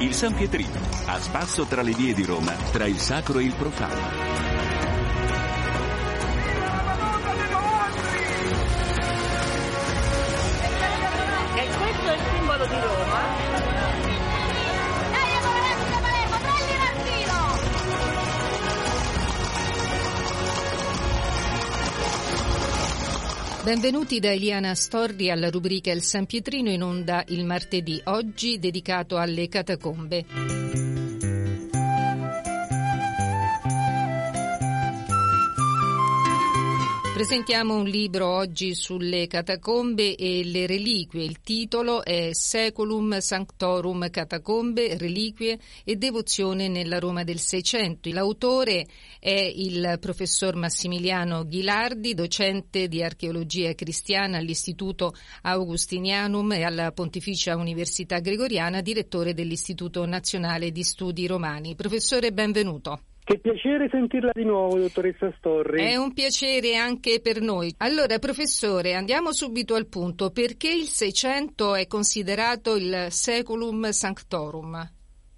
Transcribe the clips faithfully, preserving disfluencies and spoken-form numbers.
Il San Pietrino, a spasso tra le vie di Roma, tra il sacro e il profano. Benvenuti da Eliana Storri alla rubrica Il San Pietrino, in onda il martedì, oggi dedicato alle catacombe. Presentiamo un libro oggi sulle catacombe e le reliquie. Il titolo è Saeculum Sanctorum Catacombe, reliquie e devozione nella Roma del Seicento. L'autore è il professor Massimiliano Ghilardi, docente di archeologia cristiana all'Istituto Augustinianum e alla Pontificia Università Gregoriana, direttore dell'Istituto Nazionale di Studi Romani. Professore, benvenuto. Che piacere sentirla di nuovo, dottoressa Storri. È un piacere anche per noi. Allora, professore, andiamo subito al punto. Perché il Seicento è considerato il Saeculum Sanctorum?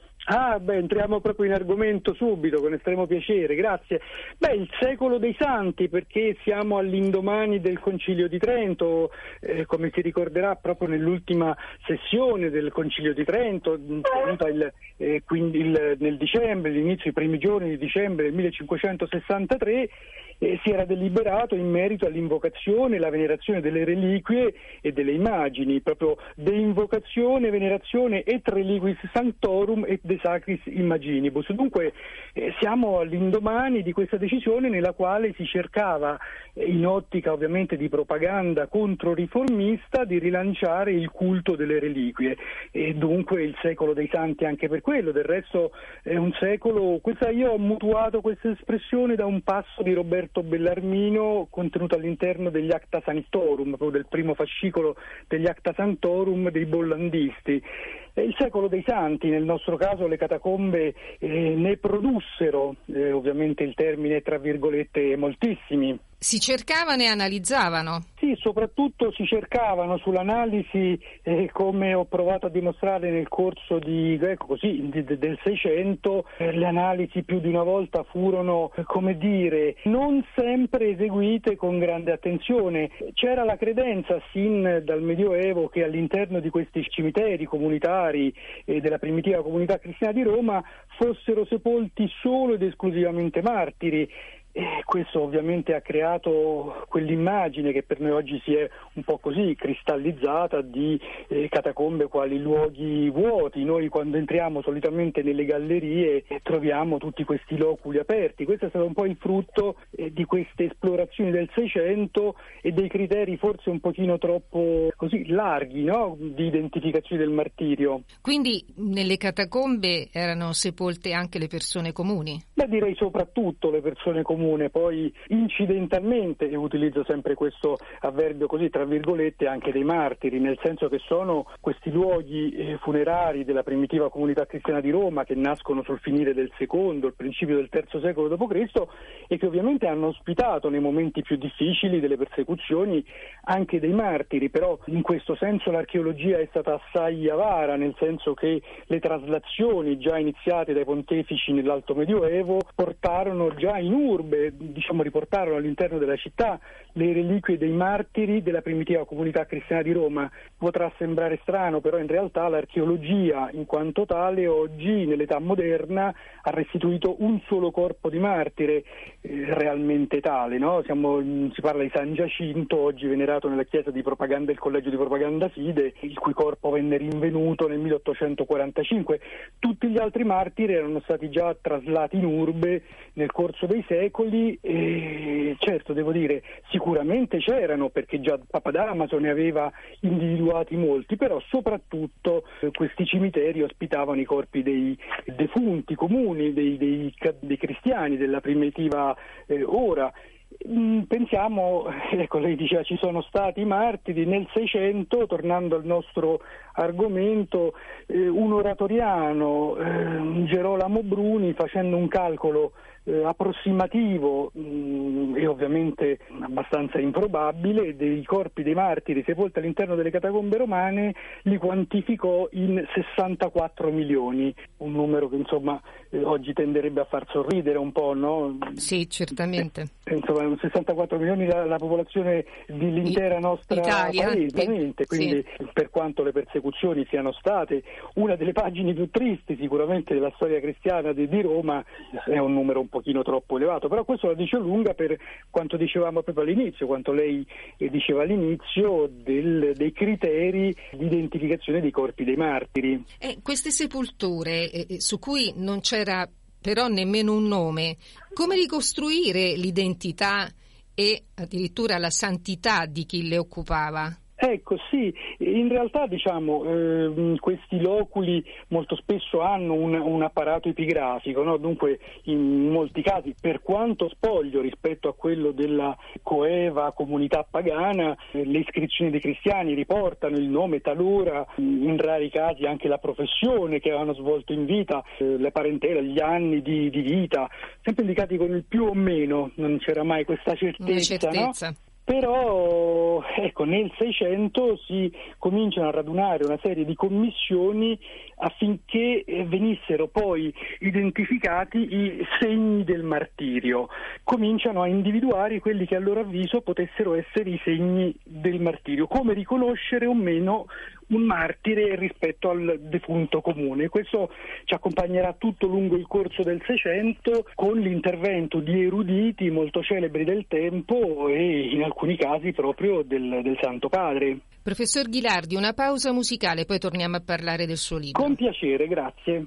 Ah, beh, entriamo proprio in argomento subito, con estremo piacere, grazie. Beh, il secolo dei santi, perché siamo all'indomani del Concilio di Trento, eh, come si ricorderà proprio nell'ultima sessione del Concilio di Trento, tenuta il, eh, quindi il, nel dicembre, l'inizio, i primi giorni di dicembre del millecinquecentosessantatré, eh, si era deliberato in merito all'invocazione e la venerazione delle reliquie e delle immagini, proprio de invocazione, venerazione et reliquis sanctorum et de sacris imaginibus. Dunque eh, siamo all'indomani di questa decisione nella quale si cercava, eh, in ottica ovviamente di propaganda controriformista, di rilanciare il culto delle reliquie, e dunque il secolo dei santi anche per quello. Del resto è un secolo, questa, io ho mutuato questa espressione da un passo di Roberto Bellarmino contenuto all'interno degli Acta Sanctorum, proprio del primo fascicolo degli Acta Sanctorum dei bollandisti. Il secolo dei santi, nel nostro caso le catacombe eh, ne produssero, eh, ovviamente il termine tra virgolette, moltissimi. Si cercavano e analizzavano? Sì, soprattutto si cercavano sull'analisi, eh, come ho provato a dimostrare nel corso di, ecco così, di, del Seicento, eh, le analisi più di una volta furono, eh, come dire, non sempre eseguite con grande attenzione. C'era la credenza sin dal Medioevo che all'interno di questi cimiteri comunitari e della primitiva comunità cristiana di Roma fossero sepolti solo ed esclusivamente martiri. E questo ovviamente ha creato quell'immagine che per noi oggi si è un po' così cristallizzata di eh, catacombe quali luoghi vuoti. Noi quando entriamo solitamente nelle gallerie eh, troviamo tutti questi loculi aperti. Questo è stato un po' il frutto eh, di queste esplorazioni del Seicento e dei criteri forse un pochino troppo così larghi, no? Di identificazione del martirio. Quindi nelle catacombe erano sepolte anche le persone comuni? Beh, direi soprattutto le persone comuni. Poi incidentalmente, e utilizzo sempre questo avverbio così tra virgolette, anche dei martiri, nel senso che sono questi luoghi eh, funerari della primitiva comunità cristiana di Roma che nascono sul finire del secondo, il principio del terzo secolo dopo Cristo, e che ovviamente hanno ospitato nei momenti più difficili delle persecuzioni anche dei martiri. Però in questo senso l'archeologia è stata assai avara, nel senso che le traslazioni già iniziate dai pontefici nell'Alto Medioevo portarono già in urbe, diciamo riportarono all'interno della città le reliquie dei martiri della primitiva comunità cristiana di Roma. Potrà sembrare strano, però in realtà l'archeologia in quanto tale oggi nell'età moderna ha restituito un solo corpo di martire eh, realmente tale, no? Siamo, si parla di San Giacinto, oggi venerato nella chiesa di propaganda del collegio di propaganda Fide, il cui corpo venne rinvenuto nel milleottocentoquarantacinque. Tutti gli altri martiri erano stati già traslati in urbe nel corso dei secoli, e certo devo dire sicuramente c'erano, perché già Papa Damaso ne aveva individuati molti, però soprattutto eh, questi cimiteri ospitavano i corpi dei defunti comuni, dei, dei, dei cristiani della primitiva eh, ora. Pensiamo, ecco, lei diceva ci sono stati i martiri nel Seicento, tornando al nostro argomento, eh, un oratoriano, eh, Gerolamo Bruni, facendo un calcolo eh, approssimativo mh, e ovviamente abbastanza improbabile dei corpi dei martiri sepolti all'interno delle catacombe romane li quantificò in sessantaquattro milioni, un numero che insomma eh, oggi tenderebbe a far sorridere un po', no? Sì, certamente. Eh, insomma, sessantaquattro milioni la, la popolazione dell'intera nostra Italia, paese, quindi sì. Per quanto le persecuzioni siano state una delle pagine più tristi sicuramente della storia cristiana di, di Roma, è un numero un pochino troppo elevato, però questo la dice lunga per quanto dicevamo proprio all'inizio, quanto lei eh, diceva all'inizio del, dei criteri di identificazione dei corpi dei martiri. Eh, queste sepolture eh, su cui non c'era però nemmeno un nome, come ricostruire l'identità e addirittura la santità di chi le occupava? Ecco, sì, in realtà diciamo eh, questi loculi molto spesso hanno un, un apparato epigrafico, no? Dunque in molti casi, per quanto spoglio rispetto a quello della coeva comunità pagana, eh, le iscrizioni dei cristiani riportano il nome, talora in rari casi anche la professione che avevano svolto in vita, eh, la parentela, gli anni di, di vita, sempre indicati con il più o meno, non c'era mai questa certezza, Una certezza. No? Però ecco, nel Seicento si cominciano a radunare una serie di commissioni affinché venissero poi identificati i segni del martirio. Cominciano a individuare quelli che a loro avviso potessero essere i segni del martirio, come riconoscere o meno un martire rispetto al defunto comune. Questo ci accompagnerà tutto lungo il corso del Seicento con l'intervento di eruditi molto celebri del tempo e in alcuni casi proprio del, del Santo Padre. Professor Ghilardi, una pausa musicale, poi torniamo a parlare del suo libro. Con piacere, grazie.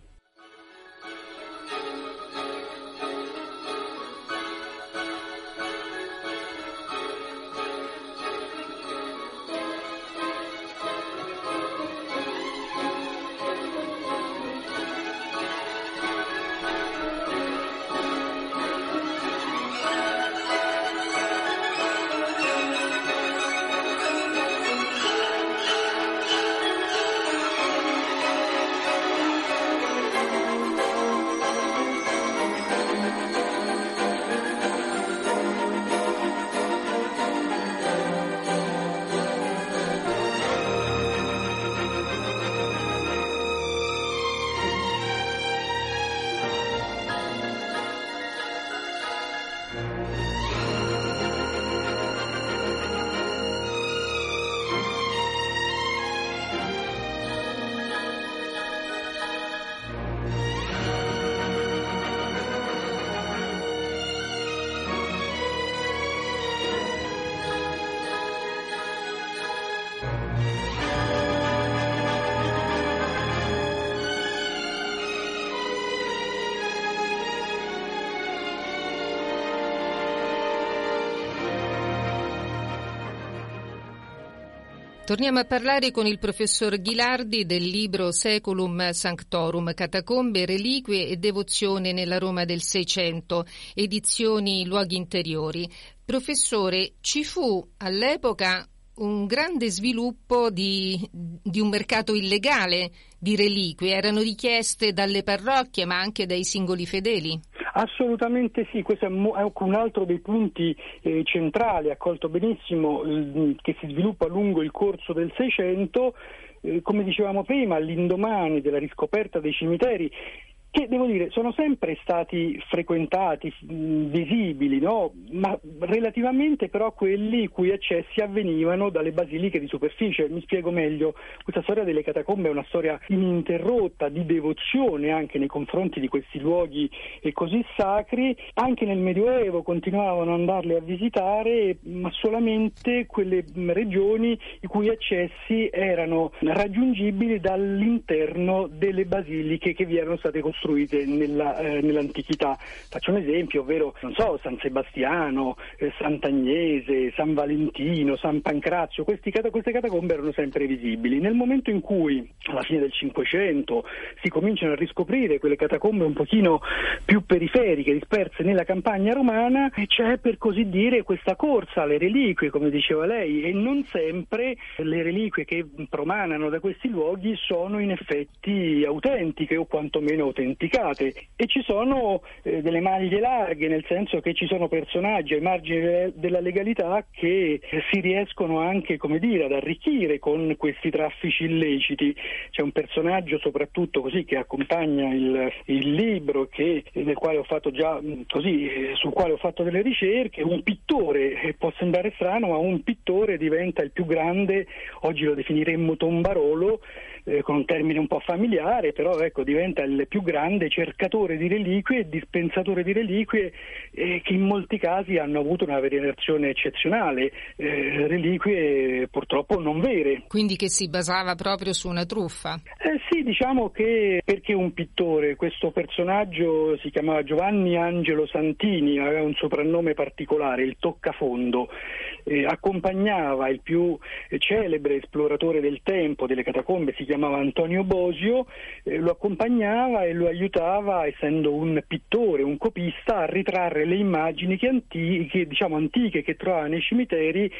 Torniamo a parlare con il professor Ghilardi del libro Saeculum Sanctorum, Catacombe, Reliquie e Devozione nella Roma del Seicento, edizioni Luoghi Interiori. Professore, ci fu all'epoca un grande sviluppo di, di un mercato illegale di reliquie, erano richieste dalle parrocchie ma anche dai singoli fedeli. Assolutamente sì, questo è un altro dei punti eh, centrali, accolto benissimo, eh, che si sviluppa lungo il corso del Seicento. Eh, come dicevamo prima, all'indomani della riscoperta dei cimiteri, che devo dire sono sempre stati frequentati, visibili, no? Ma relativamente però a quelli i cui accessi avvenivano dalle basiliche di superficie. Mi spiego meglio, questa storia delle catacombe è una storia ininterrotta di devozione anche nei confronti di questi luoghi così sacri. Anche nel Medioevo continuavano ad andarle a visitare, ma solamente quelle regioni i cui accessi erano raggiungibili dall'interno delle basiliche che vi erano state costruite Nella, eh, nell'antichità. Faccio un esempio, ovvero, non so, San Sebastiano, eh, Sant'Agnese, San Valentino, San Pancrazio, questi, queste catacombe erano sempre visibili. Nel momento in cui alla fine del Cinquecento, si cominciano a riscoprire quelle catacombe un pochino più periferiche, disperse nella campagna romana, e c'è, per così dire, questa corsa alle reliquie, come diceva lei, e non sempre le reliquie che promanano da questi luoghi sono in effetti autentiche o quantomeno autenticate, e ci sono eh, delle maglie larghe, nel senso che ci sono personaggi ai margini della legalità che si riescono anche, come dire, ad arricchire con questi traffici illeciti. C'è un personaggio soprattutto così che accompagna il, il libro, che, del quale ho fatto già così, sul quale ho fatto delle ricerche, un pittore. Può sembrare strano, ma un pittore diventa il più grande, oggi lo definiremmo tombarolo, eh, con un termine un po' familiare, però ecco, diventa il più grande cercatore di reliquie e dispensatore di reliquie, eh, che in molti casi hanno avuto una venerazione eccezionale, eh, reliquie purtroppo non vere. Quindi che si basava proprio su una truffa? Eh sì, diciamo che perché un pittore, questo personaggio si chiamava Giovanni Angelo Santini, aveva un soprannome particolare, il Toccafondo, eh, accompagnava il più celebre esploratore del tempo delle catacombe, si chiamava Antonio Bosio, eh, lo accompagnava e lo aiutava, essendo un pittore, un copista, a ritrarre le immagini che antiche, diciamo antiche, che trovava nei cimiteri,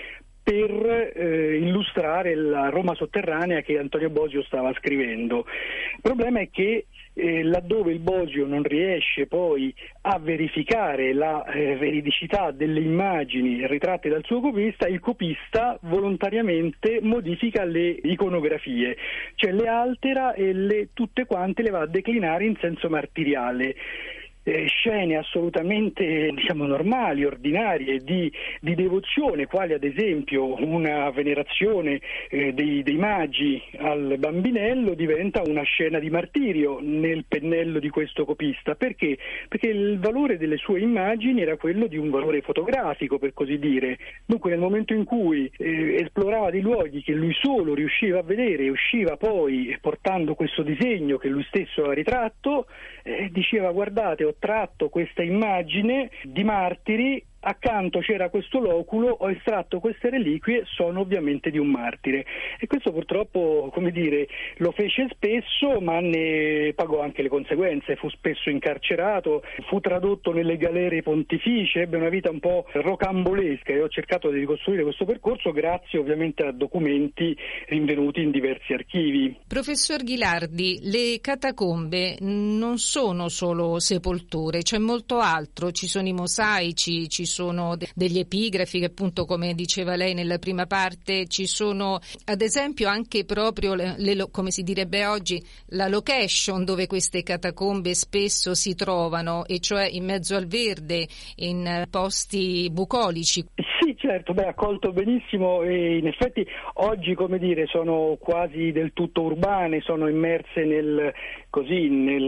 per eh, illustrare la Roma sotterranea che Antonio Bosio stava scrivendo. Il problema è che eh, laddove il Bosio non riesce poi a verificare la eh, veridicità delle immagini ritratte dal suo copista, il copista volontariamente modifica le iconografie, cioè le altera e le, tutte quante le va a declinare in senso martiriale. Eh, scene assolutamente, diciamo, normali, ordinarie di, di devozione, quali ad esempio una venerazione eh, dei, dei magi al bambinello, diventa una scena di martirio nel pennello di questo copista. Perché? Perché il valore delle sue immagini era quello di un valore fotografico, per così dire. Dunque nel momento in cui eh, esplorava dei luoghi che lui solo riusciva a vedere e usciva poi portando questo disegno che lui stesso aveva ritratto, eh, diceva: guardate, ho tratto questa immagine di martiri, accanto c'era questo loculo, ho estratto queste reliquie, sono ovviamente di un martire. E questo purtroppo, come dire, lo fece spesso, ma ne pagò anche le conseguenze. Fu spesso incarcerato, fu tradotto nelle galere pontificie, ebbe una vita un po' rocambolesca, e ho cercato di ricostruire questo percorso grazie ovviamente a documenti rinvenuti in diversi archivi. Professor Ghilardi, le catacombe non sono solo sepolture, c'è molto altro, ci sono i mosaici, ci sono de- degli epigrafi che, appunto, come diceva lei nella prima parte, ci sono ad esempio anche proprio le, le, come si direbbe oggi, la location dove queste catacombe spesso si trovano, e cioè in mezzo al verde, in posti bucolici. Sì, certo, beh, ha colto benissimo, e in effetti oggi, come dire, sono quasi del tutto urbane, sono immerse nel, così,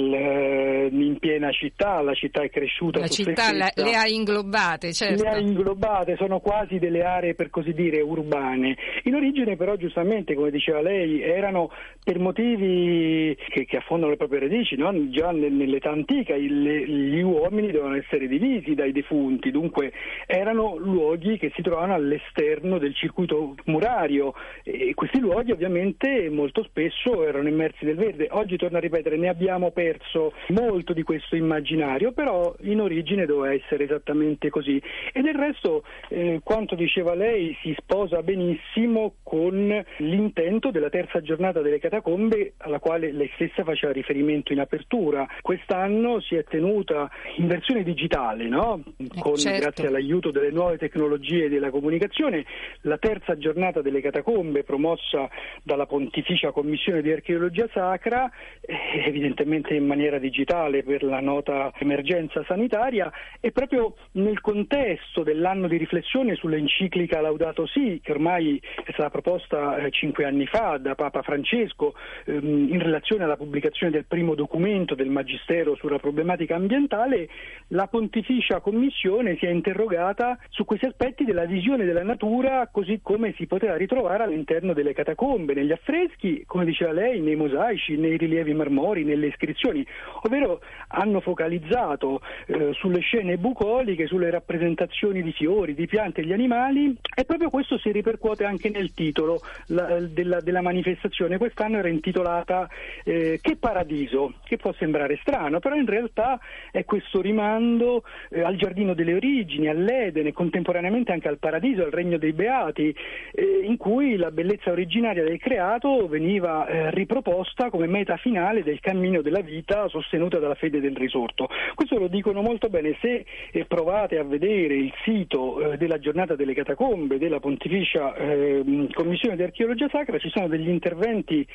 nel, in piena città, la città è cresciuta. La su città se la, stessa. le ha inglobate, certo. Le ha inglobate, sono quasi delle aree, per così dire, urbane. In origine però, giustamente, come diceva lei, erano per motivi che, che affondano le proprie radici, no? Già nell'età antica il, gli uomini dovevano essere divisi dai defunti, dunque erano luoghi che si trovano all'esterno del circuito murario, e questi luoghi ovviamente molto spesso erano immersi nel verde. Oggi, torno a ripetere, ne abbiamo perso molto di questo immaginario, però in origine doveva essere esattamente così. E del resto eh, quanto diceva lei si sposa benissimo con l'intento della terza giornata delle catacombe, alla quale lei stessa faceva riferimento in apertura. Quest'anno si è tenuta in versione digitale, no? Con, certo. Grazie all'aiuto delle nuove tecnologie della comunicazione, la terza giornata delle catacombe, promossa dalla Pontificia Commissione di Archeologia Sacra, eh, evidentemente in maniera digitale per la nota emergenza sanitaria, e proprio nel contesto dell'anno di riflessione sull'enciclica Laudato Si, che ormai è stata proposta eh, cinque anni fa da Papa Francesco, ehm, in relazione alla pubblicazione del primo documento del Magistero sulla problematica ambientale, la Pontificia Commissione si è interrogata su questi aspetti della visione della natura così come si poteva ritrovare all'interno delle catacombe, negli affreschi, come diceva lei, nei mosaici, nei rilievi marmorei, nelle iscrizioni, ovvero hanno focalizzato eh, sulle scene bucoliche, sulle rappresentazioni di fiori, di piante e di animali, e proprio questo si ripercuote anche nel titolo la, della, della manifestazione. Quest'anno era intitolata eh, Che paradiso, che può sembrare strano, però in realtà è questo rimando eh, al giardino delle origini, all'Edene, contemporaneamente anche al paradiso, al regno dei beati, eh, in cui la bellezza originaria del creato veniva eh, riproposta come meta finale del cammino della vita sostenuta dalla fede del risorto. Questo lo dicono molto bene. Se eh, provate a vedere il sito eh, della giornata delle catacombe della Pontificia eh, Commissione di Archeologia Sacra, ci sono degli interventi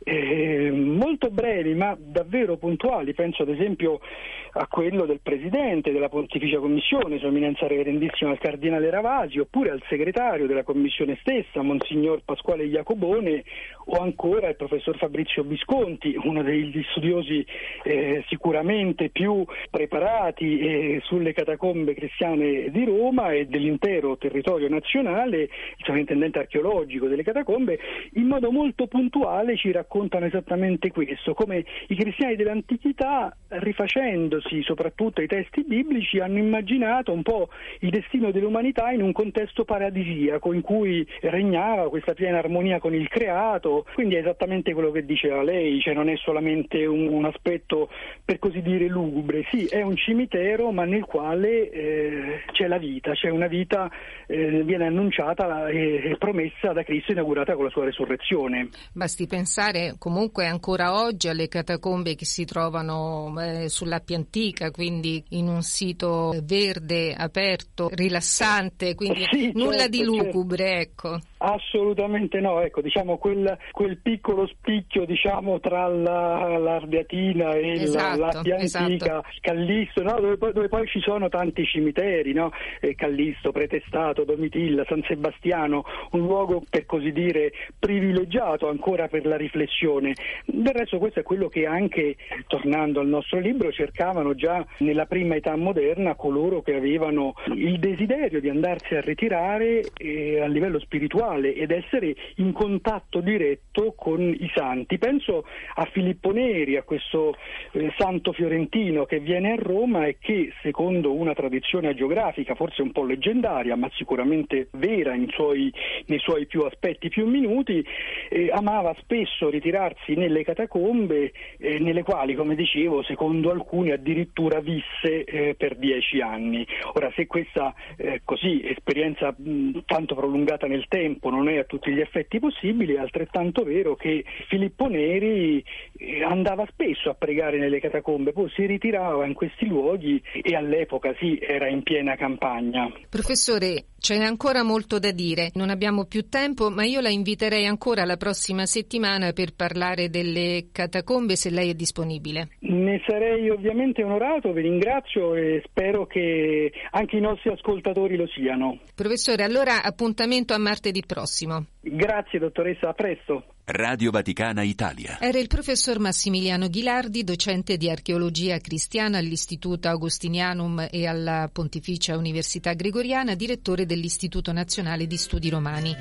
eh, molto brevi ma davvero puntuali. Penso ad esempio a quello del presidente della Pontificia Commissione, Sua Eminenza Reverendissima il Cardinale Ravasi, oppure al segretario della Commissione stessa, Monsignor Pasquale Iacobone, o ancora il professor Fabrizio Visconti, uno degli studiosi eh, sicuramente più preparati eh, sulle catacombe cristiane di Roma e dell'intero territorio nazionale, il sovrintendente archeologico delle catacombe. In modo molto puntuale ci raccontano esattamente questo, come i cristiani dell'antichità, rifacendosi soprattutto ai testi biblici, hanno immaginato un po' il destino dell'umanità in un contesto paradisiaco in cui regnava questa piena armonia con il creato. Quindi è esattamente quello che diceva lei, cioè non è solamente un, un aspetto per così dire lugubre, sì, è un cimitero ma nel quale eh, c'è la vita, c'è una vita, eh, viene annunciata e eh, promessa da Cristo, inaugurata con la sua resurrezione. Basti pensare comunque ancora oggi alle catacombe che si trovano eh, sull'Appia Antica, quindi in un sito verde, aperto, rilassante, quindi sì, nulla certo, di lugubre, certo. Ecco. Assolutamente no, ecco, diciamo quel, quel piccolo spicchio, diciamo, tra la, l'Ardeatina e esatto, la, l'Appia Antica, esatto. Callisto, no? dove, poi, dove poi ci sono tanti cimiteri, no? eh, Callisto, Pretestato, Domitilla, San Sebastiano, un luogo per così dire privilegiato ancora per la riflessione. Del resto questo è quello che anche, tornando al nostro libro, cercavano già nella prima età moderna coloro che avevano il desiderio di andarsi a ritirare eh, a livello spirituale ed essere in contatto diretto con i santi. Penso a Filippo Neri, a questo eh, santo fiorentino che viene a Roma e che, secondo una tradizione agiografica forse un po' leggendaria ma sicuramente vera in suoi, nei suoi più aspetti più minuti, eh, amava spesso ritirarsi nelle catacombe eh, nelle quali, come dicevo, secondo alcuni addirittura visse eh, per dieci anni. Ora, se questa eh, così esperienza mh, tanto prolungata nel tempo non è a tutti gli effetti possibile, è altrettanto vero che Filippo Neri andava spesso a pregare nelle catacombe, poi si ritirava in questi luoghi e all'epoca sì, era in piena campagna. Professore, c'è ancora molto da dire, non abbiamo più tempo, ma io la inviterei ancora la prossima settimana per parlare delle catacombe, se lei è disponibile. Ne sarei ovviamente onorato, vi ringrazio e spero che anche i nostri ascoltatori lo siano. Professore, allora appuntamento a martedì prossimo. Grazie dottoressa, a presto. Radio Vaticana Italia. Era il professor Massimiliano Ghilardi, docente di archeologia cristiana all'Istituto Augustinianum e alla Pontificia Università Gregoriana, direttore dell'Istituto Nazionale di Studi Romani.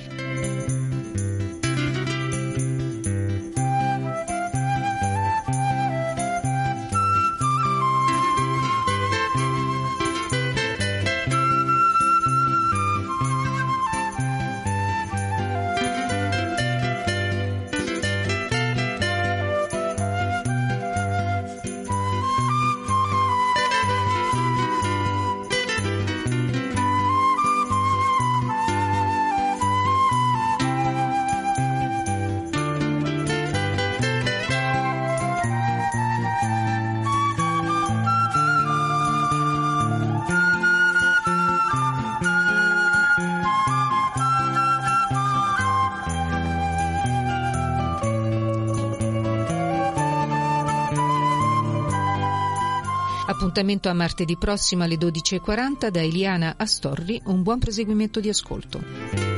Appuntamento a martedì prossimo alle dodici e quaranta da Eliana Astorri. Un buon proseguimento di ascolto.